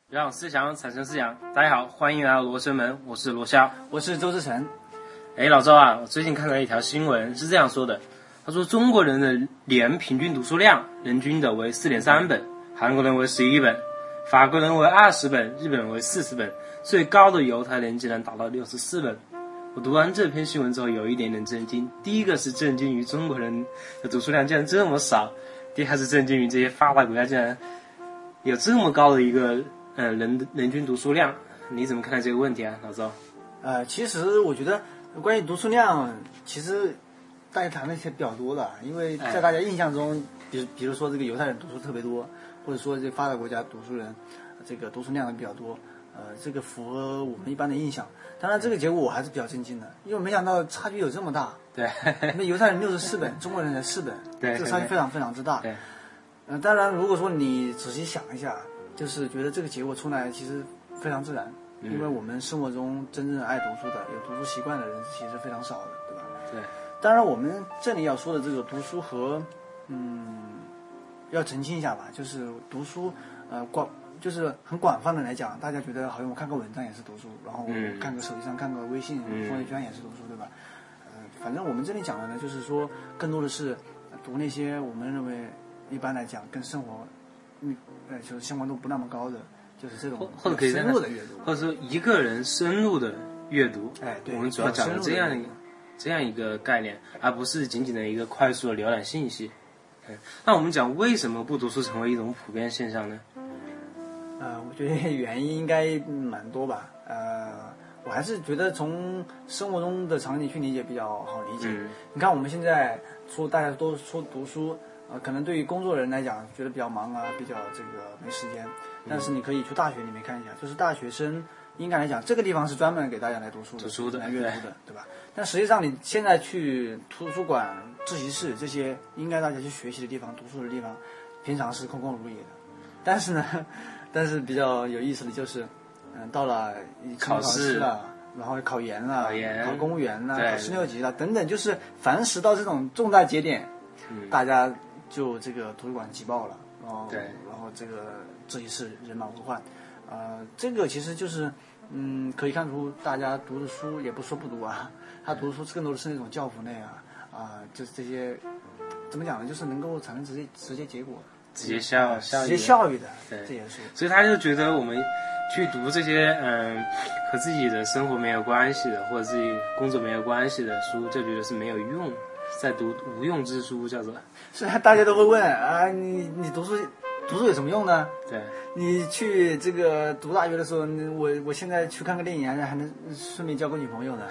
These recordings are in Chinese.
让思想产生思想。大家好，欢迎来到罗生门，我是罗霄， 我是周志成。 老周啊，我最近看到一条新闻，是这样说的：他说中国人的年平均读书量，人均的为4.3本，韩国人为11本，法国人为20本，日本人为40本，最高的犹太人竟然达到64本。我读完这篇新闻之后，有一点点震惊。第一个是震惊于中国人的读书量竟然这么少，第二是震惊于这些发达国家竟然有这么高的一个人均读书量。你怎么看待这个问题啊，老周？ 其实我觉得关于读书量，其实大家谈的也比较多的，因为在大家印象中，比如说这个犹太人读书特别多，或者说这发达国家读书人这个读书量比较多，这个符合我们一般的印象。当然，这个结果我还是比较震惊的，因为没想到差距有这么大。 对， 那犹太人64本，中国人才4本， 对， 这个差距非常非常之大。 对， 当然，如果说你仔细想一下，就是觉得这个结果出来其实非常自然，因为我们生活中真正爱读书的、有读书习惯的人其实非常少的，对吧？ 对。 当然，我们这里要说的这个读书和要澄清一下吧，就是读书就是很广泛的来讲，大家觉得好像我看个文章也是读书，然后看个手机上看个微信朋友圈也是读书，对吧？反正我们这里讲的呢，就是说更多的是读那些我们认为一般来讲跟生活就是相关度不那么高的，就是这种或者可以深入的阅读， 或者说一个人深入的阅读。 对， 我们主要讲的这样一个概念，而不是仅仅的一个快速的浏览信息。那我们讲为什么不读书成为一种普遍现象呢？ 我觉得原因应该蛮多吧。我还是觉得从生活中的场景去理解比较好理解。你看我们现在大家都说读书，可能对于工作人来讲觉得比较忙啊，比较这个没时间。但是你可以去大学里面看一下，就是大学生应该来讲，这个地方是专门给大家来读书的、来阅读的，对吧？但实际上你现在去图书馆、自习室这些应该大家去学习的地方、读书的地方，平常是空空如也的。但是比较有意思的就是，到了考试了，然后考研了，考公务员了，考16级了等等，就是凡是到这种重大节点，大家就这个图书馆挤爆了，然后这个自习室人满为患，这个其实就是可以看出大家读的书也不说不读啊，他读的书更多的是那种教辅类就是这些怎么讲呢，就是能够产生直接结果。 直接效益的这些书， 所以他就觉得我们去读这些和自己的生活没有关系的，或者自己工作没有关系的书，就觉得是没有用，在读无用之书，叫做。 虽然大家都会问你读书有什么用呢？ 对， 你去这个读大学的时候，我现在去看个电影还能顺便交个女朋友呢，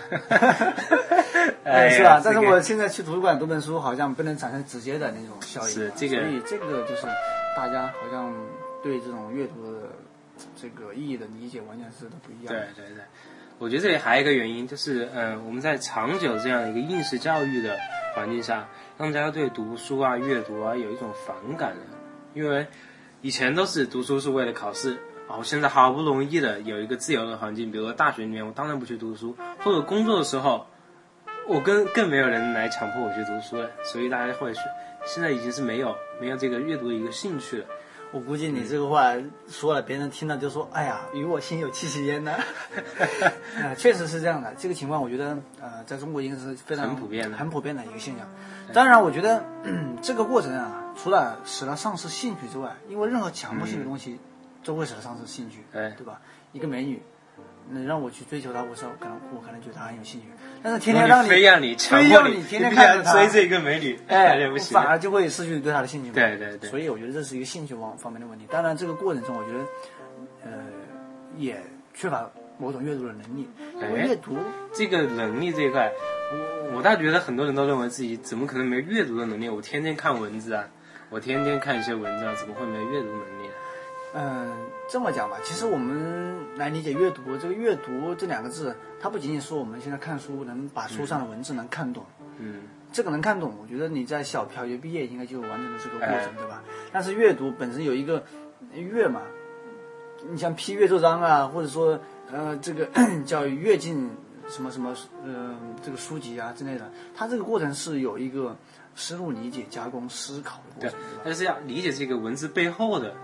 是吧？但是我现在去图书馆读本书，好像不能产生直接的那种效益。 是这个， 所以这个就是大家好像对这种阅读的这个意义的理解完全是都不一样。 对，我觉得这里还有一个原因就是，我们在长久这样一个应试教育的环境下，让大家对读书啊、阅读啊有一种反感的，因为以前都是读书是为了考试，现在好不容易的有一个自由的环境，比如说大学里面，我当然不去读书，或者工作的时候，我更没有人来强迫我去读书了，所以大家会现在已经是没有这个阅读的一个兴趣了。 我估计你这个话说了，别人听了就说：“哎呀，与我心有戚戚焉呢。”确实是这样的，这个情况我觉得在中国应该是非常很普遍的一个现象。当然，我觉得这个过程除了使他丧失兴趣之外，因为任何强迫性的东西都会使他丧失兴趣，对吧？一个美女，让我去追求她，我可能觉得她很有兴趣，但是天天非要你天天看着她追这个美女， 反而就会失去对她的兴趣。 对。 所以我觉得这是一个兴趣方面的问题。当然，这个过程中我觉得也缺乏某种阅读的能力。因为阅读这个能力这一块，我倒觉得很多人都认为自己怎么可能没阅读的能力？我天天看文字啊，我天天看一些文章，怎么会没阅读能力呢？ 这么讲吧，其实我们来理解阅读，这个阅读这2个字，它不仅仅说我们现在看书能把书上的文字能看懂，这个能看懂，我觉得你在小学毕业应该就完成了这个过程，对吧？但是阅读本身有一个阅嘛，你像批阅奏章啊，或者说这个叫阅尽什么这个书籍啊之类的，它这个过程是有一个深入理解、加工、思考的过程。 对，但是要理解这个文字背后的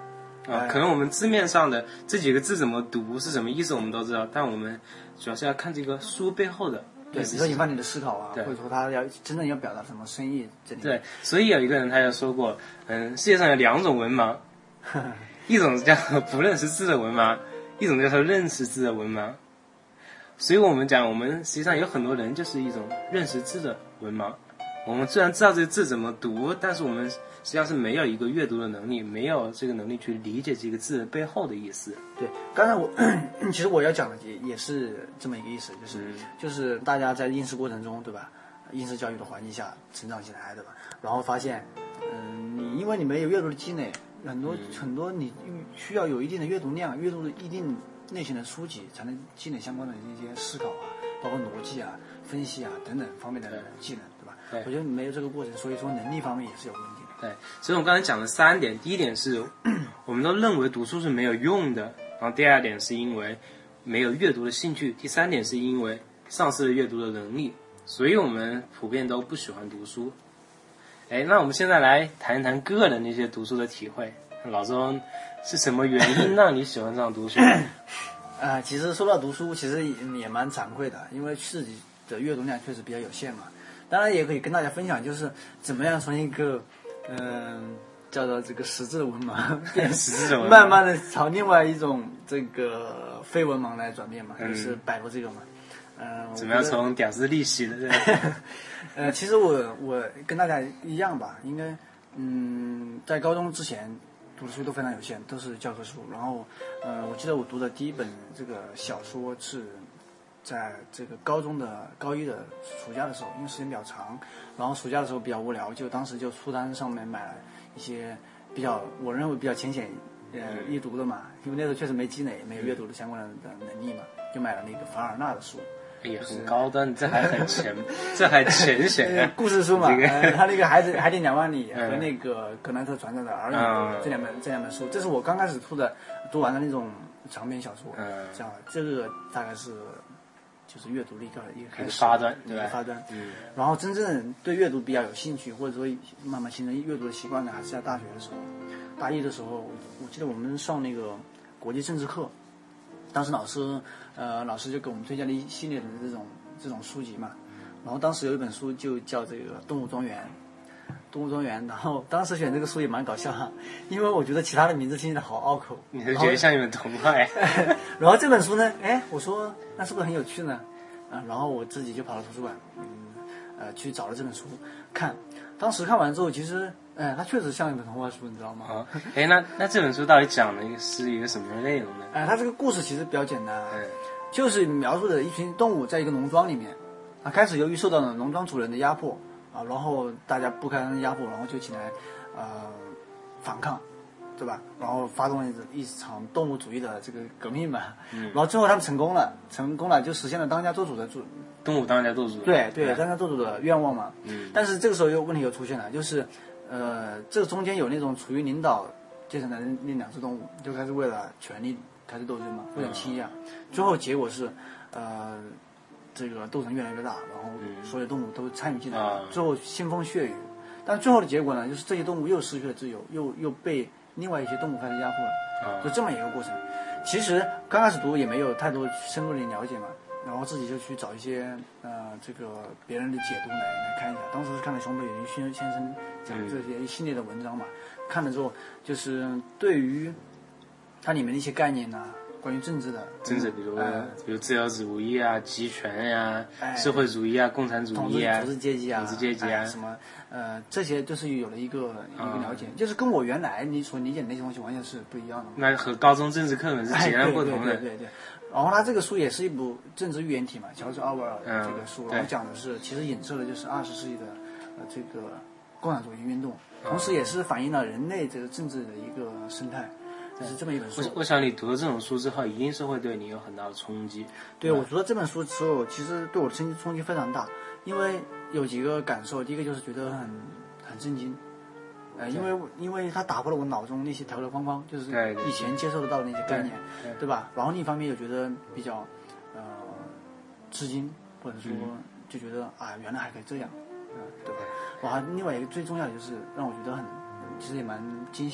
可能我们字面上的这几个字怎么读是什么意思我们都知道，但我们主要是要看这个书背后的。 对，比如说引发你的思考啊，或者说他要真正要表达什么深意这里。 对，所以有一个人他就说过，世界上有2种文盲，一种叫不认识字的文盲，一种叫做认识字的文盲。所以我们讲，我们实际上有很多人就是一种认识字的文盲。我们虽然知道这个字怎么读，但是我们实际上是没有一个阅读的能力，没有这个能力去理解这个字背后的意思。 对，刚才其实我要讲的也是这么一个意思，就是大家在应试过程中，对吧？应试教育的环境下成长起来，对吧？然后发现，你因为你没有阅读的积累，很多你需要有一定的阅读量，阅读一定类型的书籍，才能积累相关的一些思考啊，包括逻辑啊、分析啊等等方面的技能，对吧？ 对， 我觉得没有这个过程，所以说能力方面也是有问题的。 对，所以我们刚才讲了3点，第一点是我们都认为读书是没有用的，然后第2点是因为没有阅读的兴趣，第3点是因为丧失了阅读的能力，所以我们普遍都不喜欢读书。那我们现在来谈一谈个人的一些读书的体会。老周，是什么原因让你喜欢上读书？ 其实说到读书，其实也蛮惭愧的，因为自己的阅读量确实比较有限嘛。当然也可以跟大家分享，就是怎么样从一个叫做这个识字的文盲，慢慢的朝另外一种这个非文盲来转变嘛，就是摆脱这个嘛。 怎么样从屌丝逆袭的？ 其实我跟大家一样吧，应该在高中之前读的书都非常有限，都是教科书。然后我记得我读的第一本这个小说是在这个高中的高1的暑假的时候，因为时间比较长，然后暑假的时候比较无聊，就当时就书单上面买了一些我认为比较浅显易读的嘛，因为那时候确实没积累，没有阅读的相关的能力嘛，就买了那个凡尔纳的书。 也很高端，这还很浅，这还浅显啊！ 故事书嘛，他那个海底2万里和那个格兰特船长的儿女这两本书，这是我刚开始读完的那种长篇小说。这个大概是就是阅读的一个开始发端，对吧？ 发端。然后真正对阅读比较有兴趣，或者说慢慢形成阅读的习惯呢，还是在大学的时候。大1的时候，我记得我们上那个国际政治课，当时老师就给我们推荐了一系列的这种书籍嘛。然后当时有一本书就叫这个《动物庄园》，然后当时选这个书也蛮搞笑哈，因为我觉得其他的名字听起来好拗口， 你是觉得像一本童话呀？ 然后这本书呢，我说那是不是很有趣呢？然后我自己就跑到图书馆，去找了这本书看。当时看完之后，其实它确实像一本童话书，你知道吗？ 那这本书到底讲的是一个什么内容呢？ 它这个故事其实比较简单，就是描述的一群动物在一个农庄里面，开始由于受到了农庄主人的压迫然后大家不堪压迫，然后就起来反抗，对吧？然后发动了一场动物主义的这个革命嘛。然后最后他们成功了，就实现了当家做主的动物当家做主。 对，当家做主的愿望嘛。但是这个时候问题又出现了，就是这个中间有那种处于领导阶层的那2只动物，就开始为了权力开始斗争嘛，互相欺压。最后结果是这个斗争越来越大，然后所有动物都参与进来，最后腥风血雨。但最后的结果呢，就是这些动物又失去了自由，又被另外一些动物开始压迫了，就这么一个过程。其实刚开始读也没有太多深入的了解嘛，然后自己就去找一些这个别人的解读来看一下。当时是看了熊本云先生讲这些一系列的文章嘛，看了之后就是对于它里面的一些概念关于政治， 比如自由主义啊、集权呀、社会主义啊、共产主义啊、 统治阶级啊、什么这些就是有了一个了解，就是跟我原来你所理解的那些东西完全是不一样的。 那和高中政治课本是截然不同的。 对。然后他这个书也是一部政治寓言体嘛，乔治·奥威尔这个书，然后讲的是其实影射的就是20世纪的这个共产主义运动，同时也是反映了人类这个政治的一个生态。就是这么一本书。 我想你读了这种书之后，一定是会对你有很大的冲击。 对，我读了这本书之后，其实对我的冲击非常大，因为有几个感受。第一个就是觉得很震惊，因为它打破了我脑中那些条条框框，就是以前接受得到的那些概念，对吧？然后另一方面又觉得比较吃惊，或者说就觉得原来还可以这样，对吧？另外一个最重要的就是让我觉得其实也蛮惊喜的。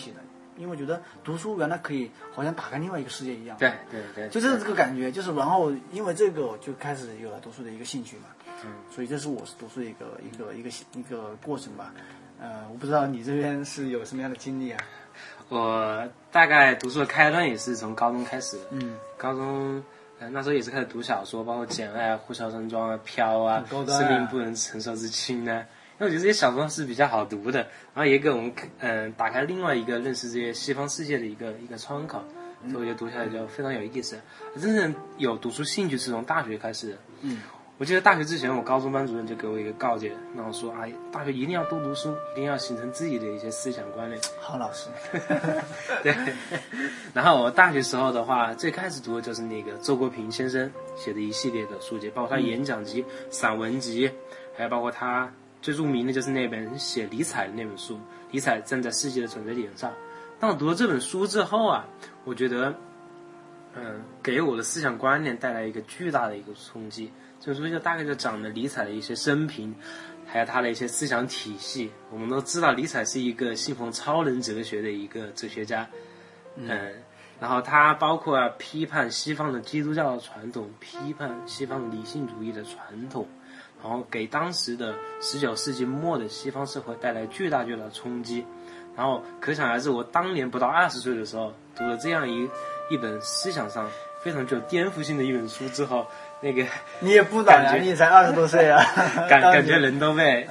因为觉得读书原来可以好像打开另外一个世界一样。 对对对， 就是这个感觉，就是然后因为这个我就开始有了读书的一个兴趣嘛。所以这是我是读书的一个过程吧。我不知道你这边是有什么样的经历啊？ 我大概读书的开端也是从高中开始的。高中那时候也是开始读小说，包括《简爱》《呼啸山庄》啊、《飘》啊，生命不能承受之轻啊。因为我觉得这些小说是比较好读的，然后也给我们打开另外一个认识这些西方世界的一个窗口，所以我觉得读下来就非常有意思。真正有读书兴趣是从大学开始的。我记得大学之前，我高中班主任就给我一个告诫，然后说：“大学一定要多读书，一定要形成自己的一些思想观念。” 好老师。 对。然后我大学时候的话，最开始读的就是那个周国平先生写的一系列的书籍，包括他演讲集、散文集，还有包括他最著名的就是那本写尼采的那本书《尼采站在世界的转折点上》。当我读了这本书之后啊，我觉得，给我的思想观念带来一个巨大的一个冲击。这本书就大概就讲了尼采的一些生平，还有他的一些思想体系。我们都知道尼采是一个信奉超人哲学的一个哲学家，然后他包括批判西方的基督教的传统，批判西方理性主义的传统，然后给当时的19世纪末的西方社会带来巨大的冲击。然后可想而知，我当年不到20岁的时候读了这样一本思想上非常具有颠覆性的一本书之后，那个你也不短啊，你也才20多岁啊， 感觉人都被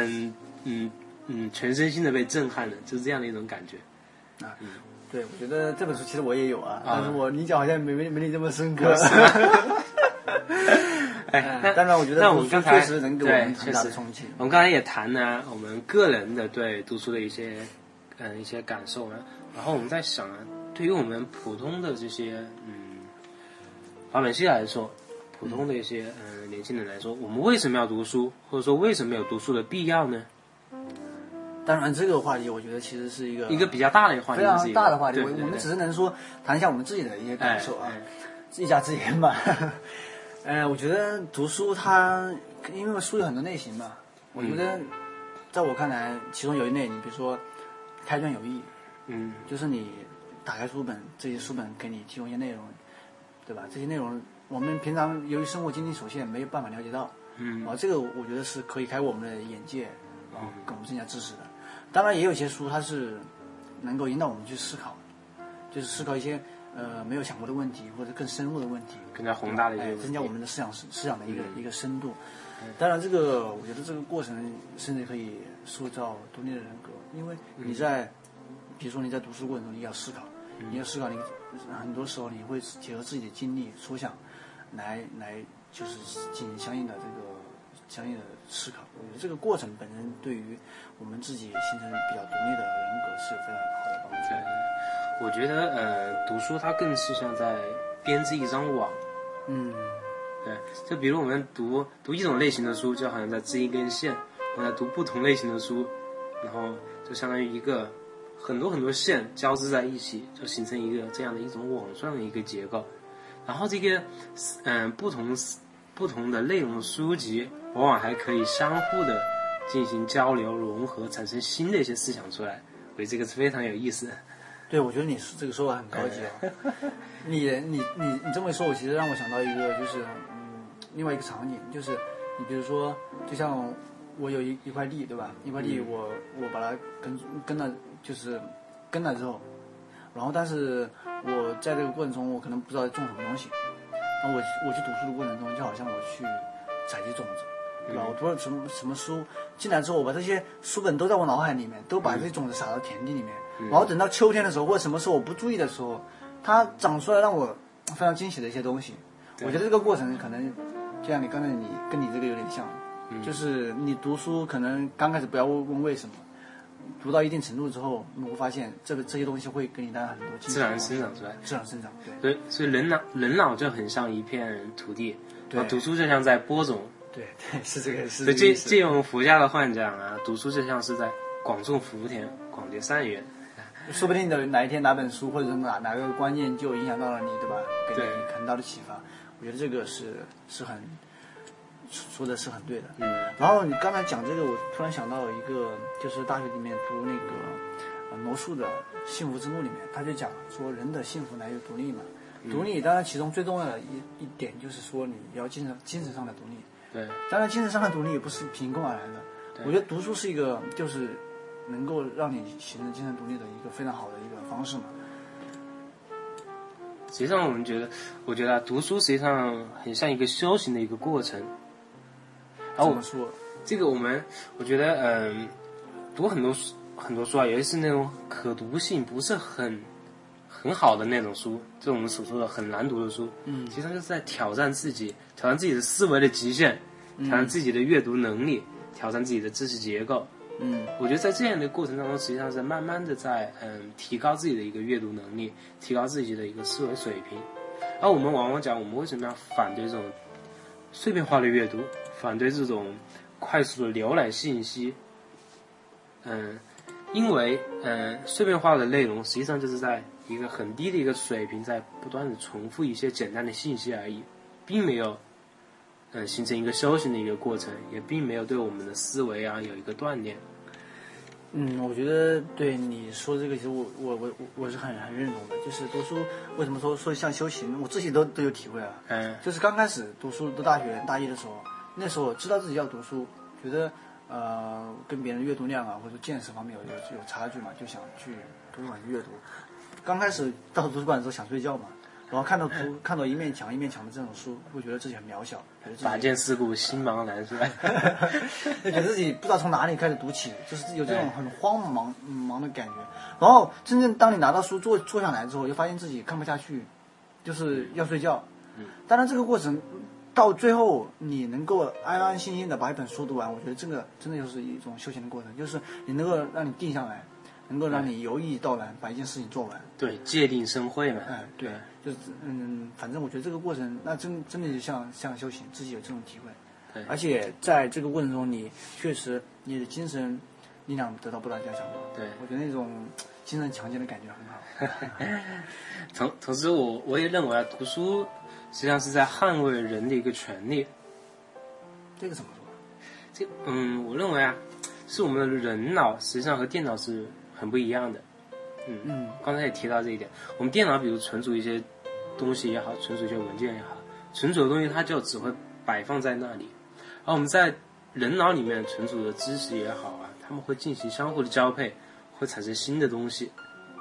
全身心的被震撼了，就是这样的一种感觉。 对，我觉得这本书其实我也有啊，但是我理解好像没你这么深刻。当然我觉得读书确实能给我们很大的冲击。 我们刚才也谈了我们个人的对读书的一些感受啊，然后我们在想啊，对于我们普通的这些老百姓来说，普通的一些年轻人来说，我们为什么要读书，或者说为什么有读书的必要呢？ 当然，这个话题我觉得其实是一个比较大的一个话题， 非常大的话题。 对， 我们只是能说谈一下我们自己的一些感受啊，一家之言吧。我觉得读书它因为书有很多类型嘛，我觉得在我看来，其中有一类，你比如说开卷有益，就是你打开书本，这些书本给你提供一些内容，对吧？这些内容我们平常由于生活经历所限，没有办法了解到，这个我觉得是可以开我们的眼界，给我们增加知识的。当然，也有一些书它是能够引导我们去思考，就是思考一些没有想过的问题，或者更深入的问题， 更加宏大的一些问题， 增加我们的思想的一个深度。当然，我觉得这个过程甚至可以塑造独立的人格，因为比如说你在读书过程中，你要思考，你要思考，你很多时候你会结合自己的经历、所想，来就是进行相应的思考。我觉得这个过程本身对于我们自己形成比较独立的人格是有非常好的帮助。 我觉得读书它更是像在编织一张网。对，就比如我们读一种类型的书，就好像在织一根线；我们在读不同类型的书，然后就相当于很多线交织在一起，就形成一个这样的一种网状的一个结构。然后这个不同的内容的书籍，往往还可以相互的进行交流融合，产生新的一些思想出来。我觉得这个是非常有意思的。 对，我觉得你这个说法很高级哦。你这么一说，我其实让我想到一个，就是另外一个场景，就是你比如说，就像我有一块地，对吧？一块地我把它跟了，就是跟了之后，然后但是我在这个过程中，我可能不知道种什么东西。然后我去读书的过程中，就好像我去采集种子，对吧？我读了什么书进来之后，我把这些书本都在我脑海里面，都把这些种子撒到田地里面。然后等到秋天的时候，或者什么时候我不注意的时候，它长出来让我非常惊喜的一些东西。我觉得这个过程可能就像你刚才跟你这个有点像，就是你读书可能刚开始不要问为什么，读到一定程度之后，你会发现这些东西会给你带来很多惊喜。 自然生长出来。 自然生长，对。 所以人脑就很像一片土地，对，读书就像在播种。 对，是这个。 所以借用佛家的话讲啊，读书就像是在广种福田，广结善缘。 说不定的哪一天哪本书或者是哪个观念就影响到了你，对吧？给你很大的启发。我觉得这个是很说的是很对的。然后你刚才讲这个，我突然想到一个，就是大学里面读那个罗素的《幸福之路》里面，他就讲说人的幸福来源于独立嘛。独立当然其中最重要的一点就是说你要精神上的独立。 对， 当然精神上的独立也不是凭空而来的。我觉得读书是一个就是能够让你形成精神独立的一个非常好的一个方式嘛。 实际上我觉得读书实际上很像一个修行的一个过程。 怎么说？ 这个我觉得读很多书啊，尤其是那种可读性不是很好的那种书，就我们所说的很难读的书，其实上就是在挑战自己的思维的极限，挑战自己的阅读能力，挑战自己的知识结构。我觉得在这样的过程当中，实际上是慢慢的在提高自己的一个阅读能力，提高自己的一个思维水平。而我们往往讲，我们为什么要反对这种碎片化的阅读，反对这种快速的浏览信息？因为碎片化的内容实际上就是在一个很低的一个水平，在不断的重复一些简单的信息而已，并没有形成一个修行的一个过程，也并没有对我们的思维啊有一个锻炼。 我觉得对你说这个，其实我是很认同的。就是读书为什么说像修行，我自己都有体会啊。就是刚开始读书读大学大一的时候，那时候知道自己要读书，觉得跟别人阅读量啊或者见识方面有差距嘛，就想去图书馆去阅读。刚开始到图书馆的时候想睡觉嘛，然后看到一面墙一面墙的这种书，会觉得自己很渺小， 拔剑四顾心茫然，是吧？ 就觉得自己不知道从哪里开始读起，就是有这种很慌忙的感觉。然后真正当你拿到书坐下来之后，又发现自己看不下去，就是要睡觉。当然这个过程到最后你能够安安心心的把一本书读完，我觉得这个真的就是一种修行的过程，就是你能够让你定下来，能够让你由易到难把一件事情做完。 对，界定生慧嘛。 对，就是反正我觉得这个过程，那真的就像修行，自己有这种体会。 对， 而且在这个过程中，你确实你的精神力量得到不断加强。 对， 我觉得那种精神强健的感觉很好。同时我也认为啊，读书实际上是在捍卫人的一个权利。 这个怎么说？ 我认为啊，是我们的人脑实际上和电脑是很不一样的。刚才也提到这一点。我们电脑比如存储一些东西也好，存储一些文件也好，存储的东西它就只会摆放在那里。而我们在人脑里面存储的知识也好啊，它们会进行相互的交配，会产生新的东西。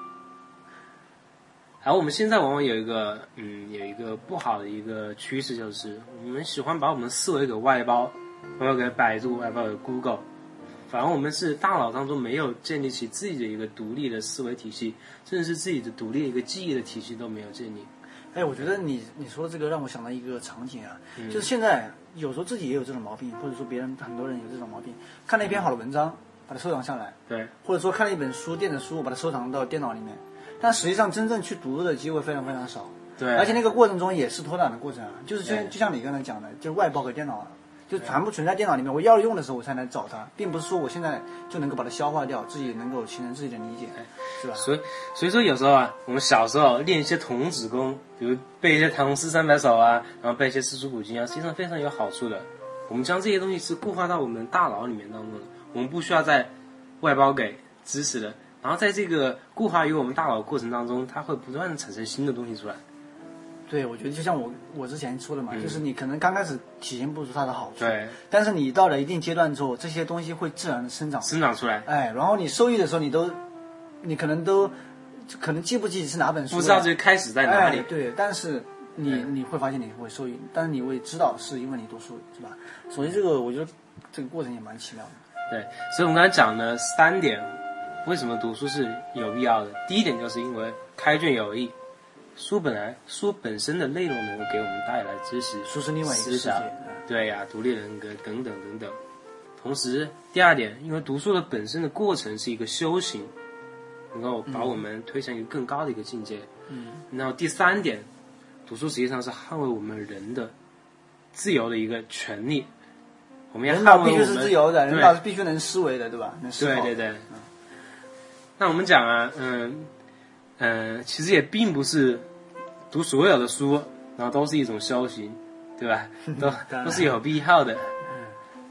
而我们现在往往有一个不好的一个趋势，就是我们喜欢把我们的思维给外包给百度，外包给 Google。反而我们是大脑当中没有建立起自己的一个独立的思维体系，甚至是自己的独立的一个记忆的体系都没有建立。 我觉得你说这个让我想到一个场景啊，就是现在有时候自己也有这种毛病，或者说很多人有这种毛病，看了一篇好的文章，把它收藏下来， 对， 或者说看了一本书，电子书，把它收藏到电脑里面，但实际上真正去读的机会非常非常少。 对， 而且那个过程中也是拖懒的过程啊，就像你刚才讲的，就是外包给电脑，就全部存在电脑里面，我要用的时候我才来找它，并不是说我现在就能够把它消化掉，自己能够形成自己的理解，是吧？ 所以说有时候啊，我们小时候练一些童子功，比如背一些唐诗300首啊，然后背一些四书五经啊，实际上非常有好处的。我们将这些东西是固化到我们大脑里面当中的，我们不需要再外包给知识的。然后在这个固化于我们大脑的过程当中，它会不断的产生新的东西出来。 对，我觉得就像我之前说的嘛，就是你可能刚开始体现不出它的好处， 对， 但是你到了一定阶段之后，这些东西会自然的生长出来。 然后你受益的时候，你可能记不起是哪本书， 不知道这个开始在哪里。 对，但是你会发现你会受益，但是你会知道是因为你读书，是吧？所以我觉得这个过程也蛮奇妙的。 对，所以我们刚才讲了3点，为什么读书是有必要的。第一点就是因为开卷有益。书本身的内容能够给我们带来知识、 书是另外一个世界， 对呀，独立人格等等等等。同时，第二点，因为读书的本身的过程是一个修行，能够把我们推向一个更高的一个境界。然后第三点，读书实际上是捍卫我们人的自由的一个权利。我们要捍卫我们，人脑必须是自由的，人脑是必须能思维的，对吧？能思考。 对。那我们讲啊，其实也并不是读所有的书，然后都是一种修行，对吧？都是有必要的。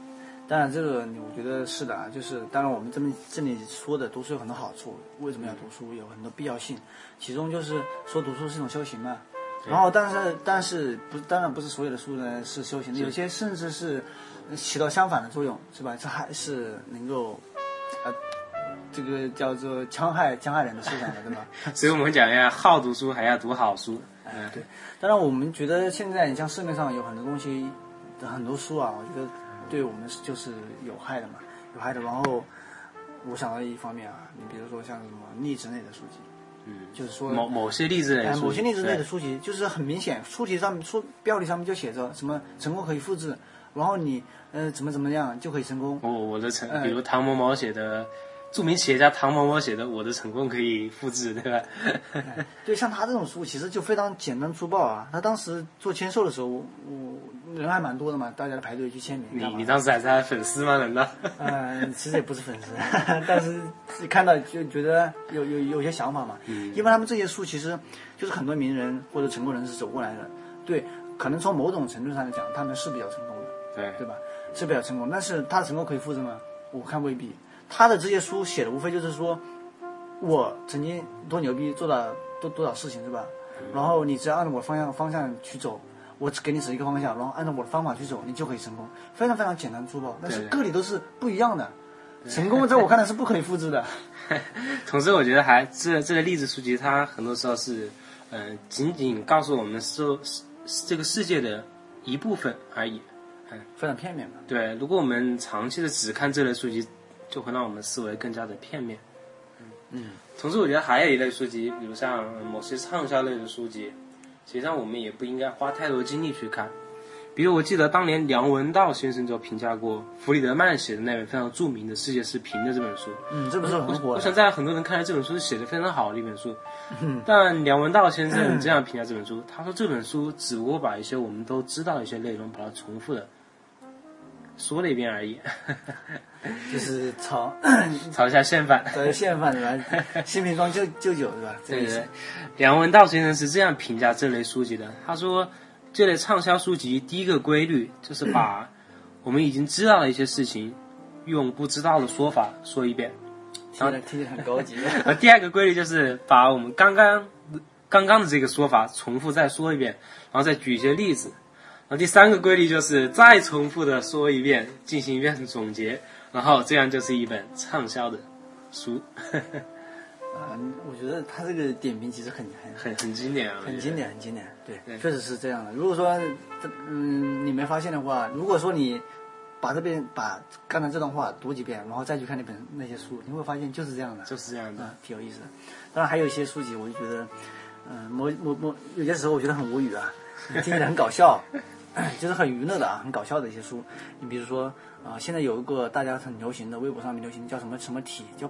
当然，这个我觉得是的啊，就是当然我们这里说的读书有很多好处，为什么要读书，有很多必要性，其中就是说读书是一种修行嘛。然后，但是当然不是所有的书呢是修行的，有些甚至是起到相反的作用，是吧？这还是能够，这个叫做戕害人的思想的，对吧？ 所以我们讲要好读书，还要读好书。 对。当然，我们觉得现在你像市面上有很多东西，很多书啊，我觉得对我们就是有害的嘛，有害的。然后我想到一方面啊，你比如说像什么励志类的书籍。就是说某些励志类的书籍， 某些励志类的书籍就是很明显，标题上面就写着什么成功可以复制，然后你怎么样就可以成功。 比如唐某某写的，著名企业家唐某某写的《我的成功可以复制》，对吧？ 对，像他这种书其实就非常简单粗暴啊。他当时做签售的时候，我人还蛮多的嘛，大家排队去签名。 你当时还是他的粉丝吗？难道？ 其实也不是粉丝，但是看到就觉得有些想法嘛。因为他们这些书其实就是很多名人或者成功人士走过来的。对，可能从某种程度上来讲，他们是比较成功的，对吧？是比较成功，但是他的成功可以复制吗？我看未必。他的这些书写的无非就是说，我曾经多牛逼，做了多少事情，是吧？然后你只要按照我方向去走。我只给你指一个方向，然后按照我的方法去走，你就可以成功，非常非常简单粗暴。但是个体都是不一样的，成功在我看来是不可以复制的。 同时，我觉得这个励志书籍，它很多时候是仅仅告诉我们这个世界的一部分而已， 非常片面嘛。 对，如果我们长期的只看这类书籍，就会让我们思维更加的片面。同时，我觉得还有一类书籍，比如像某些畅销类的书籍。实际上我们也不应该花太多精力去看，比如我记得当年梁文道先生就评价过弗里德曼写的那本非常著名的《世界是平的》这本书。 这本书很火。 我想在很多人看来这本书是写的非常好的一本书，但梁文道先生这样评价这本书，他说这本书只不过把一些我们都知道的一些内容把它重复的说了一遍而已。 就是炒一下宪法， 宪法对吧？新瓶装旧酒对吧？ 对。梁文道先生是这样评价这类书籍的，他说这类畅销书籍第一个规律就是把我们已经知道的一些事情用不知道的说法说一遍， 听起来很高级。 第二个规律就是把我们刚刚的这个说法重复再说一遍，然后再举一些例子。然后第三个规律就是再重复的说一遍，进行一遍总结，然后这样就是一本畅销的书。 我觉得他这个点评其实很经典啊， 很经典。对，确实是这样的。如果说你没发现的话，如果说你把刚才这段话读几遍，然后再去看那些书，你会发现就是这样的，挺有意思的。当然还有一些书籍，我就觉得，有些时候我觉得很无语啊，听起来很搞笑。就是很娱乐的啊，很搞笑的一些书。你比如说现在有一个大家很流行的，微博上面流行叫什么体，叫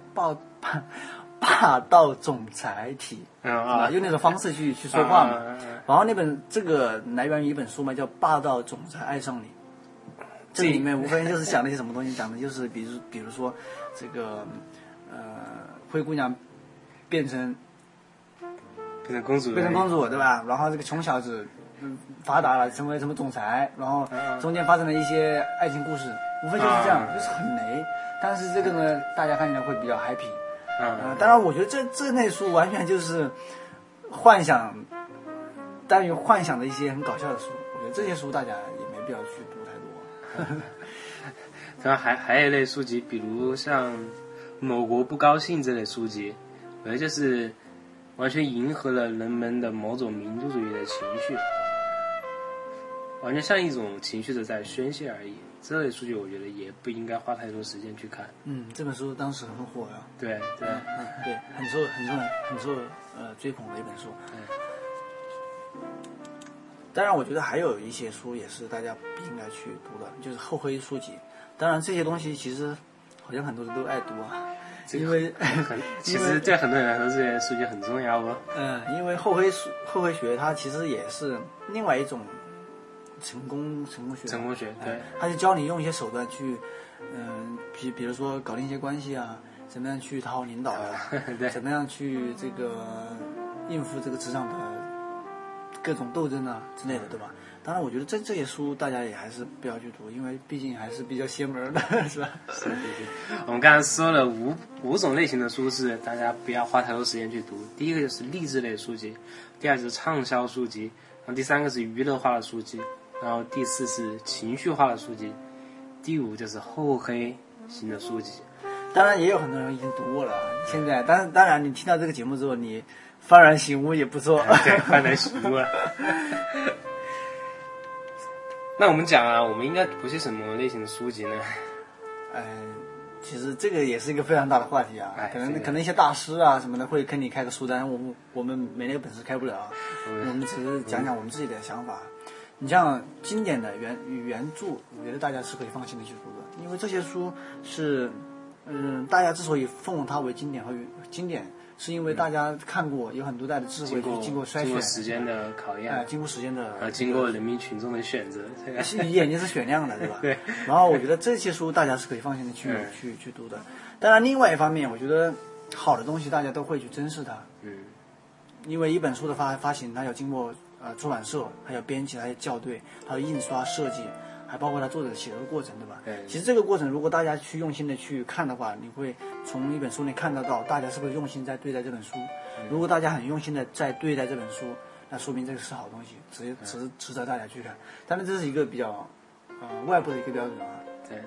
霸道总裁体，用那种方式去说话嘛。然后这个来源于一本书嘛，叫《霸道总裁爱上你》。这里面无非就是讲了一些什么东西，讲的就是比如说这个灰姑娘变成公主对吧？然后这个穷小子发达了，成为什么总裁，然后中间发生了一些爱情故事，无非就是这样，就是很雷。但是这个呢，大家看起来会比较 happy。当然，我觉得这类书完全就是幻想的一些很搞笑的书。我觉得这些书大家也没必要去读太多。 当然还有一类书籍，比如像某国不高兴这类书籍，我觉得就是完全迎合了人们的某种民族主义的情绪，完全像一种情绪的在宣泄而已。这类书籍我觉得也不应该花太多时间去看。 这本书当时很火呀。 对， 很受追捧的一本书。当然，我觉得还有一些书也是大家不应该去读的，就是厚黑书籍。当然，这些东西其实好像很多人都爱读啊，因为其实对很多人来说，这些书籍很重要哦。 因为厚黑学它其实也是另外一种成功学， 对， 他就教你用一些手段去，比如说搞定一些关系啊，怎么样去讨好领导啊，怎么样去这个应付这个职场的各种斗争啊之类的，对吧？当然，我觉得这些书大家也还是不要去读，因为毕竟还是比较邪门的，是吧？ 是。我们刚才说了五种类型的书是大家不要花太多时间去读。第一个就是励志类书籍，第二就是畅销书籍，然后第三个是娱乐化的书籍，然后第四是情绪化的书籍，第五就是厚黑型的书籍。 当然，也有很多人已经读过了。现在，当然，你听到这个节目之后，你幡然醒悟也不错。 对，幡然醒悟了。那我们讲啊，我们应该读些什么类型的书籍呢？ 其实这个也是一个非常大的话题啊。可能一些大师啊什么的会跟你开个书单，我们没那个本事开不了。我们只是讲讲我们自己的想法。你像经典的原著，我觉得大家是可以放心的去读的，因为这些书是，大家之所以奉它为经典和经典。是因为大家看过有很多代的智慧经过筛选， 经过时间的考验， 经过时间的， 经过人民群众的选择， 眼睛是雪亮的，对吧？ 对。 然后我觉得这些书大家是可以放心的去读的。当然，另外一方面，我觉得好的东西大家都会去珍视它。因为一本书的发行，它要经过出版社，还有编辑，还有校对，还有印刷设计。还包括他作者写作的过程，对吧？ 对。 其实这个过程，如果大家去用心的去看的话，你会从一本书里看得到大家是不是用心在对待这本书。如果大家很用心的在对待这本书，那说明这个是好东西，值得大家去看。当然，这是一个比较外部的一个标准啊。 对。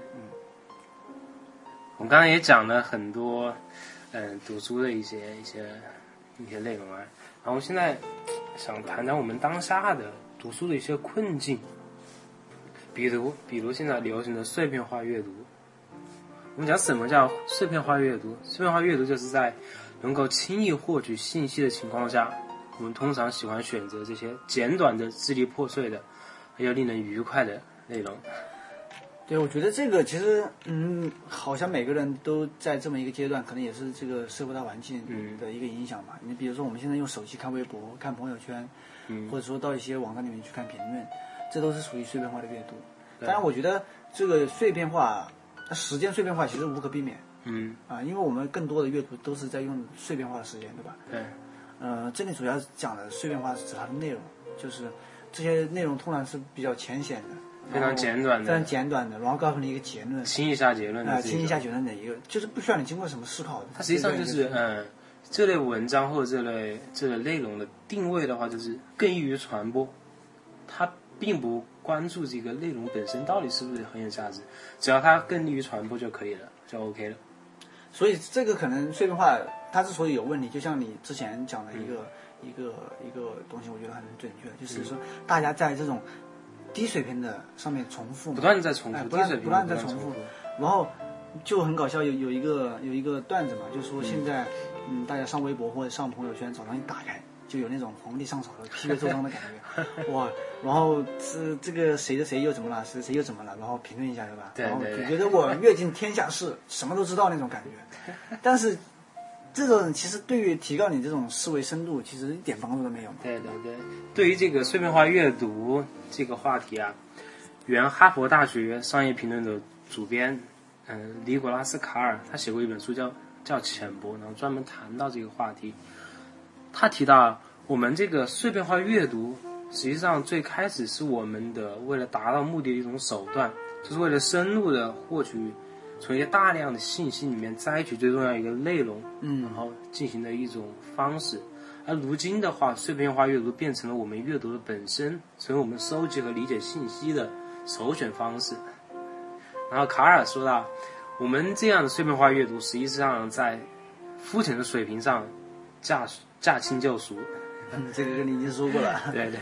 我们刚才也讲了很多读书的一些内容啊，然后现在想谈谈我们当下的读书的一些困境。比如现在流行的碎片化阅读。我们讲什么叫碎片化阅读？碎片化阅读就是在能够轻易获取信息的情况下，我们通常喜欢选择这些简短的、支离破碎的，还有令人愉快的内容。 对，我觉得这个其实，好像每个人都在这么一个阶段，可能也是这个社会大环境的一个影响吧。你比如说，我们现在用手机看微博、看朋友圈，或者说到一些网站里面去看评论。这都是属于碎片化的阅读。当然，我觉得这个碎片化，时间碎片化其实无可避免。因为我们更多的阅读都是在用碎片化的时间，对吧？ 对。 这里主要讲的碎片化是指它的内容，就是这些内容通常是比较浅显的， 非常简短的， 然后告诉你一个结论， 轻易下结论的， 轻易下结论的一个，就是不需要你经过什么思考的。 它实际上就是这类文章或者这类内容的定位的话，就是更易于传播。它并不关注这个内容本身到底是不是很有价值，只要它更利于传播就可以了，就 OK 了。 所以这个可能碎片化，它之所以有问题，就像你之前讲的一个东西，我觉得很准确，就是说大家在这种低水平的上面重复， 不断地在重复， 不断地在重复，然后就很搞笑，有一个段子嘛，就是说现在大家上微博或者上朋友圈，早上一打开。就有那种皇帝上朝的批阅奏章的感觉，哇！然后这个谁的谁又怎么了，谁又怎么了，然后评论一下，对吧？ 对。 然后就觉得我阅尽天下事，什么都知道那种感觉。但是这种其实对于提高你这种思维深度，其实一点帮助都没有。 对。对于这个碎片化阅读这个话题啊，原哈佛大学商业评论的主编尼古拉斯卡尔，他写过一本书叫《浅薄》，然后专门谈到这个话题。他提到我们这个碎片化阅读实际上最开始是我们的为了达到目的的一种手段，就是为了深入的获取从一些大量的信息里面摘取最重要一个内容，然后进行的一种方式。而如今的话，碎片化阅读变成了我们阅读的本身，成为我们收集和理解信息的首选方式。然后卡尔说到，我们这样的碎片化阅读实际上在肤浅的水平上驾轻就熟。 这个跟你已经说过了。 对。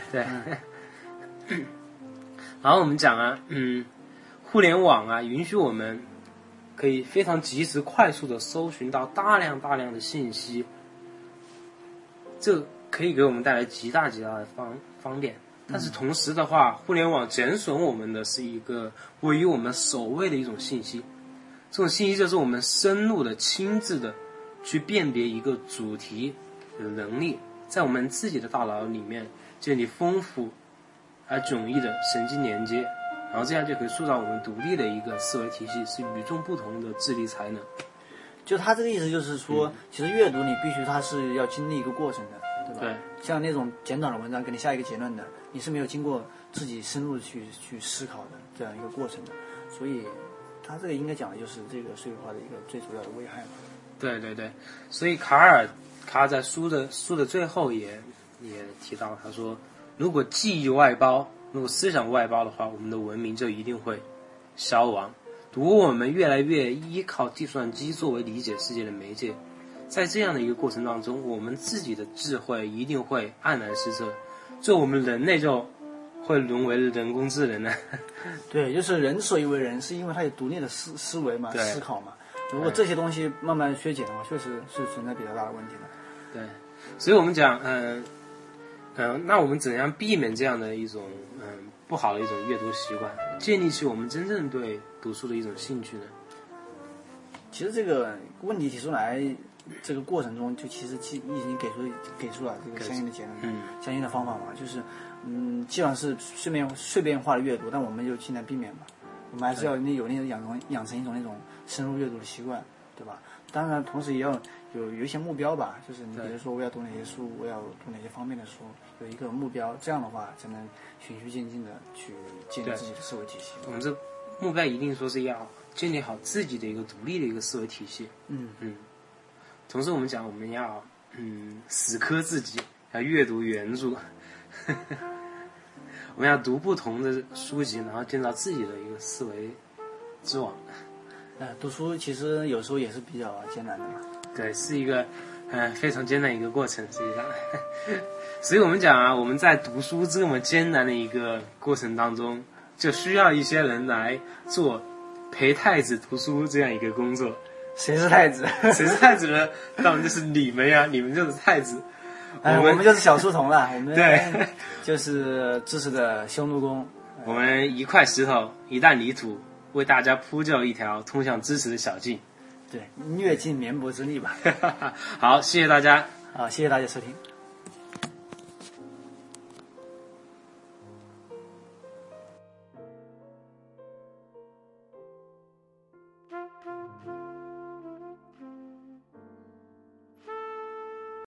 然后我们讲啊，互联网啊，允许我们可以非常及时、快速的搜寻到大量的信息，这可以给我们带来极大的方便。但是同时的话，互联网减损我们的是一个位于我们首位的一种信息，这种信息就是我们深入的、亲自的去辨别一个主题的能力，在我们自己的大脑里面建立丰富而迥异的神经连接，然后这样就可以塑造我们独立的一个思维体系，是与众不同的智力才能。 就他这个意思就是说，其实阅读你必须它是要经历一个过程的， 对吧？ 对， 像那种简短的文章给你下一个结论的，你是没有经过自己深入去思考的这样一个过程的，所以他这个应该讲的就是这个数字化的一个最主要的危害嘛。 对对对，所以卡尔在书的最后也提到，他说，如果记忆外包，如果思想外包的话，我们的文明就一定会消亡。如果我们越来越依靠计算机作为理解世界的媒介，在这样的一个过程当中，我们自己的智慧一定会黯然失色，就我们人类就会沦为人工智能呢。 对，就是人所以为人，是因为他有独立的思维嘛，思考嘛。如果这些东西慢慢削减的话，确实是存在比较大的问题的。 对，所以我们讲，那我们怎样避免这样的一种不好的一种阅读习惯，建立起我们真正对读书的一种兴趣呢？ 其实这个问题提出来，这个过程中就其实已经给出了这个相应的结论，相应的方法嘛，就是既然是碎片化的阅读，但我们就尽量避免嘛。我们还是要有那种养成一种那种深入阅读的习惯，对吧？当然，同时也要有一些目标吧，就是你比如说我要读哪些书，我要读哪些方面的书，有一个目标，这样的话才能循序渐进的去建立自己的思维体系。 我们这目标一定说是要建立好自己的一个独立的一个思维体系。同时我们讲我们要死磕自己，要阅读原著。我们要读不同的书籍，然后建造自己的一个思维之网。 读书其实有时候也是比较艰难的嘛。 对，是一个非常艰难的一个过程，实际上。所以我们讲啊，我们在读书这么艰难的一个过程当中，就需要一些人来做陪太子读书这样一个工作。 谁是太子？ 谁是太子呢？当然就是你们呀，你们就是太子。 我们就是小书童了，我们对， 就是知识的匈奴工。 我们一块石头，一担泥土，为大家铺就一条通向知识的小径。 对，略尽绵薄之力吧。 好，谢谢大家。 好，谢谢大家收听。